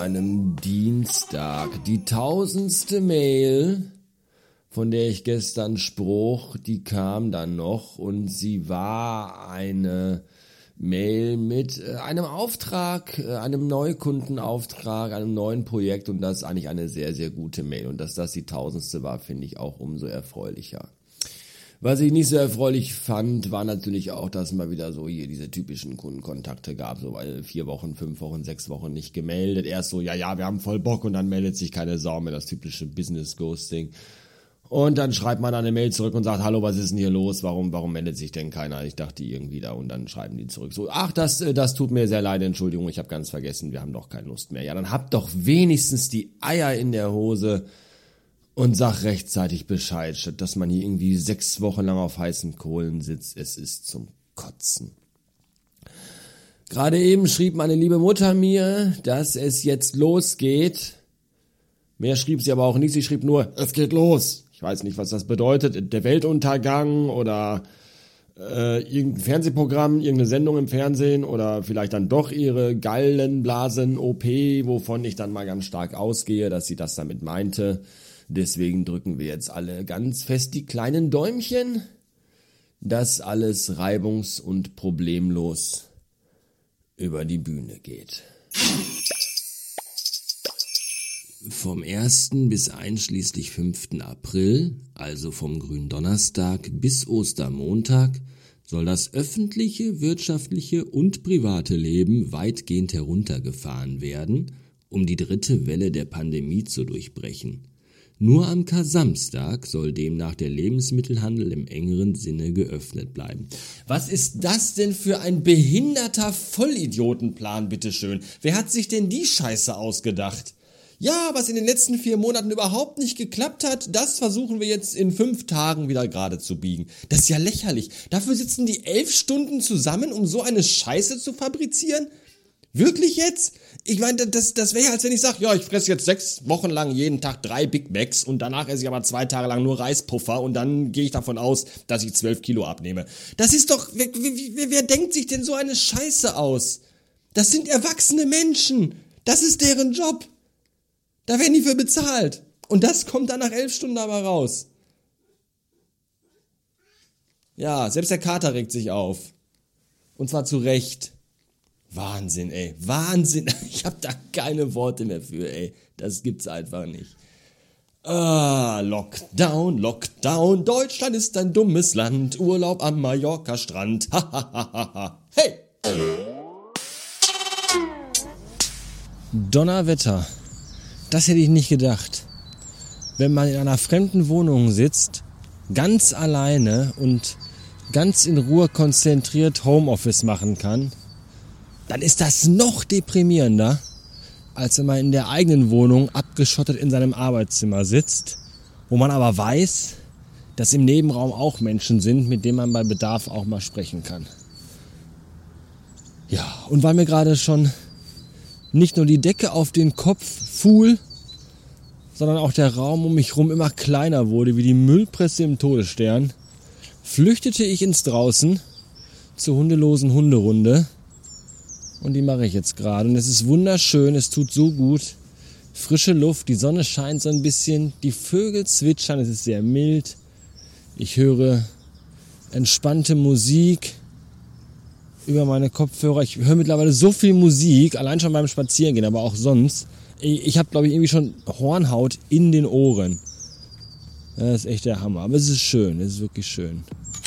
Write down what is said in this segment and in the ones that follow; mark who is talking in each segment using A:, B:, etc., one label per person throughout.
A: einem Dienstag. Die 1000. Mail, von der ich gestern sprach, die kam dann noch und sie war eine Mail mit einem Auftrag, einem Neukundenauftrag, einem neuen Projekt und das ist eigentlich eine sehr, sehr gute Mail. Und dass das die 1000. war, finde ich auch umso erfreulicher. Was ich nicht so erfreulich fand, war natürlich auch, dass mal wieder so hier diese typischen Kundenkontakte gab, so weil 4 Wochen, 5 Wochen, 6 Wochen nicht gemeldet. Erst so, ja, wir haben voll Bock und dann meldet sich keine Sau mehr, das typische Business-Ghosting. Und dann schreibt man eine Mail zurück und sagt, hallo, was ist denn hier los? Warum meldet sich denn keiner? Ich dachte irgendwie da und dann schreiben die zurück so, ach, das tut mir sehr leid, Entschuldigung, ich habe ganz vergessen, wir haben doch keine Lust mehr. Ja, dann habt doch wenigstens die Eier in der Hose und sag rechtzeitig Bescheid, statt dass man hier irgendwie 6 Wochen lang auf heißen Kohlen sitzt. Es ist zum Kotzen. Gerade eben schrieb meine liebe Mutter mir, dass es jetzt losgeht. Mehr schrieb sie aber auch nicht, sie schrieb nur, es geht los. Ich weiß nicht, was das bedeutet, der Weltuntergang oder irgendein Fernsehprogramm, irgendeine Sendung im Fernsehen oder vielleicht dann doch ihre Gallenblasen-OP, wovon ich dann mal ganz stark ausgehe, dass sie das damit meinte. Deswegen drücken wir jetzt alle ganz fest die kleinen Däumchen, dass alles reibungs- und problemlos über die Bühne geht. Vom 1. bis einschließlich 5. April, also vom Gründonnerstag bis Ostermontag, soll das öffentliche, wirtschaftliche und private Leben weitgehend heruntergefahren werden, um die 3. Welle der Pandemie zu durchbrechen. Nur am Kar-Samstag soll demnach der Lebensmittelhandel im engeren Sinne geöffnet bleiben. Was ist das denn für ein behinderter Vollidiotenplan, bitteschön? Wer hat sich denn die Scheiße ausgedacht? Ja, was in den letzten 4 Monaten überhaupt nicht geklappt hat, das versuchen wir jetzt in 5 Tagen wieder gerade zu biegen. Das ist ja lächerlich. Dafür sitzen die 11 Stunden zusammen, um so eine Scheiße zu fabrizieren? Wirklich jetzt? Ich meine, das wäre ja, als wenn ich sage, ja, ich fresse jetzt 6 Wochen lang jeden Tag 3 Big Macs und danach esse ich aber 2 Tage lang nur Reispuffer und dann gehe ich davon aus, dass ich 12 Kilo abnehme. Das ist doch, wer denkt sich denn so eine Scheiße aus? Das sind erwachsene Menschen. Das ist deren Job. Da werden die für bezahlt. Und das kommt dann nach 11 Stunden aber raus. Ja, selbst der Kater regt sich auf. Und zwar zu Recht. Wahnsinn, ey. Wahnsinn. Ich hab da keine Worte mehr für, ey. Das gibt's einfach nicht. Lockdown, Lockdown. Deutschland ist ein dummes Land. Urlaub am Mallorca-Strand. Ha. Hey! Donnerwetter. Das hätte ich nicht gedacht. Wenn man in einer fremden Wohnung sitzt, ganz alleine und ganz in Ruhe konzentriert Homeoffice machen kann, dann ist das noch deprimierender, als wenn man in der eigenen Wohnung abgeschottet in seinem Arbeitszimmer sitzt, wo man aber weiß, dass im Nebenraum auch Menschen sind, mit denen man bei Bedarf auch mal sprechen kann. Ja, und weil mir gerade schon nicht nur die Decke auf den Kopf fuhl, sondern auch der Raum um mich rum immer kleiner wurde, wie die Müllpresse im Todesstern, flüchtete ich ins Draußen zur hundelosen Hunderunde. Und die mache ich jetzt gerade. Und es ist wunderschön, es tut so gut. Frische Luft, die Sonne scheint so ein bisschen, die Vögel zwitschern, es ist sehr mild. Ich höre entspannte Musik über meine Kopfhörer. Ich höre mittlerweile so viel Musik, allein schon beim Spazierengehen, aber auch sonst. Ich habe, glaube ich, irgendwie schon Hornhaut in den Ohren. Das ist echt der Hammer. Aber es ist schön, es ist wirklich schön.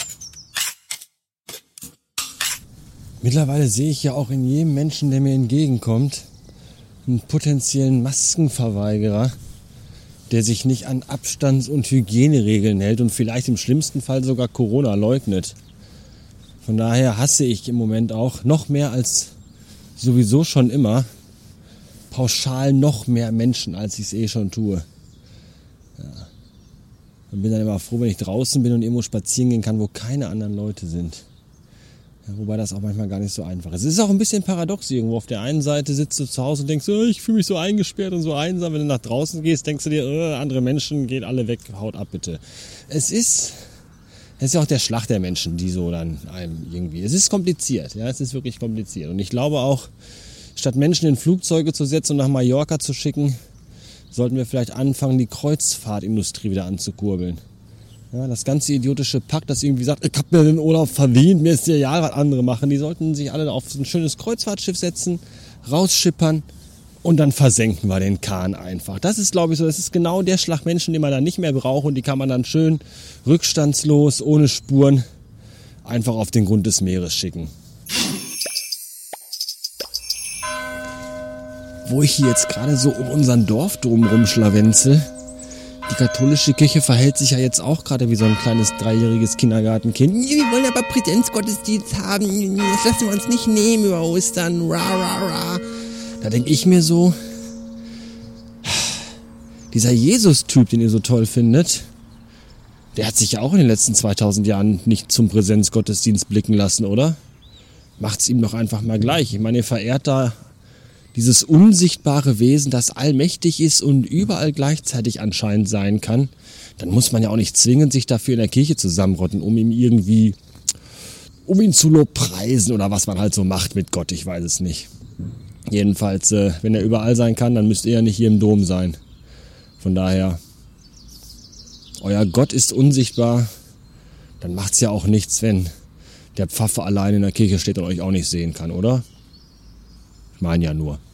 A: Mittlerweile sehe ich ja auch in jedem Menschen, der mir entgegenkommt, einen potenziellen Maskenverweigerer, der sich nicht an Abstands- und Hygieneregeln hält und vielleicht im schlimmsten Fall sogar Corona leugnet. Von daher hasse ich im Moment auch noch mehr als sowieso schon immer pauschal noch mehr Menschen, als ich es eh schon tue. Ja. Und bin dann immer froh, wenn ich draußen bin und irgendwo spazieren gehen kann, wo keine anderen Leute sind. Ja, wobei das auch manchmal gar nicht so einfach ist. Es ist auch ein bisschen paradox irgendwo. Auf der einen Seite sitzt du zu Hause und denkst, ich fühle mich so eingesperrt und so einsam. Wenn du nach draußen gehst, denkst du dir, andere Menschen, geht alle weg, haut ab bitte. Es ist ja auch der Schlag der Menschen, die so dann einem irgendwie... Es ist kompliziert, ja, es ist wirklich kompliziert. Und ich glaube auch,
B: Statt Menschen in Flugzeuge zu setzen und nach Mallorca zu schicken, sollten wir vielleicht anfangen, die Kreuzfahrtindustrie wieder anzukurbeln. Ja, das ganze idiotische Pack, das irgendwie sagt, ich hab mir den Urlaub verdient, mir ist ja egal, was andere machen. Die sollten sich alle auf ein schönes Kreuzfahrtschiff setzen, rausschippern und dann versenken wir den Kahn einfach. Das ist, glaube ich, so, das ist genau der Schlag Menschen, den man dann nicht mehr braucht und die kann man dann schön rückstandslos, ohne Spuren, einfach auf den Grund des Meeres schicken. Wo ich hier jetzt gerade so um unseren Dorfdom rumschlawenzel, die katholische Kirche verhält sich ja jetzt auch gerade wie so ein kleines 3-jähriges Kindergartenkind. Wir wollen aber Präsenzgottesdienst haben, das lassen wir uns nicht nehmen über Ostern, ra, ra, ra. Da denke ich mir so, dieser Jesus-Typ, den ihr so toll findet, der hat sich ja auch in den letzten 2000 Jahren nicht zum Präsenzgottesdienst blicken lassen, oder? Macht's ihm doch einfach mal gleich. Ich meine, ihr verehrt da dieses unsichtbare Wesen, das allmächtig ist und überall gleichzeitig anscheinend sein kann. Dann muss man ja auch nicht zwingend sich dafür in der Kirche zusammenrotten, um ihn zu lobpreisen oder was man halt so macht mit Gott, ich weiß es nicht. Jedenfalls, wenn er überall sein kann, dann müsst ihr ja nicht hier im Dom sein. Von daher, euer Gott ist unsichtbar, dann macht's ja auch nichts, wenn der Pfaffe allein in der Kirche steht und euch auch nicht sehen kann, oder? Ich meine ja nur.